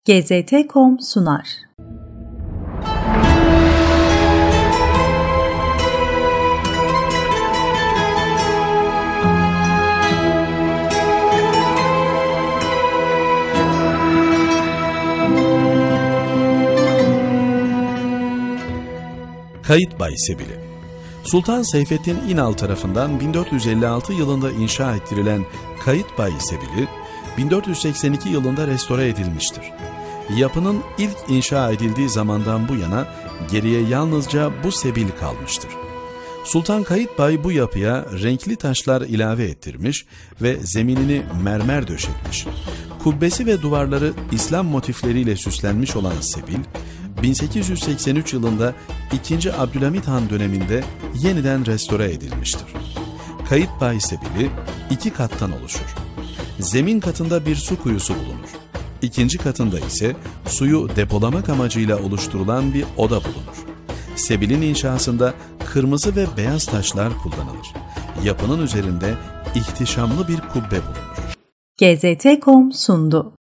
GZT.com sunar. Kayıtbay Sebili. Sultan Seyfettin İnal tarafından 1456 yılında inşa ettirilen Kayıtbay Sebili, 1482 yılında restore edilmiştir. Yapının ilk inşa edildiği zamandan bu yana geriye yalnızca bu sebil kalmıştır. Sultan Kayıtbay bu yapıya renkli taşlar ilave ettirmiş ve zeminini mermer döşetmiş. Kubbesi ve duvarları İslam motifleriyle süslenmiş olan sebil, 1883 yılında 2. Abdülhamit Han döneminde yeniden restore edilmiştir. Kayıtbay Sebili 2 kattan oluşur. Zemin katında bir su kuyusu bulunur. İkinci katında ise suyu depolamak amacıyla oluşturulan bir oda bulunur. Sebilin inşasında kırmızı ve beyaz taşlar kullanılır. Yapının üzerinde ihtişamlı bir kubbe bulunur. GZT.com sundu.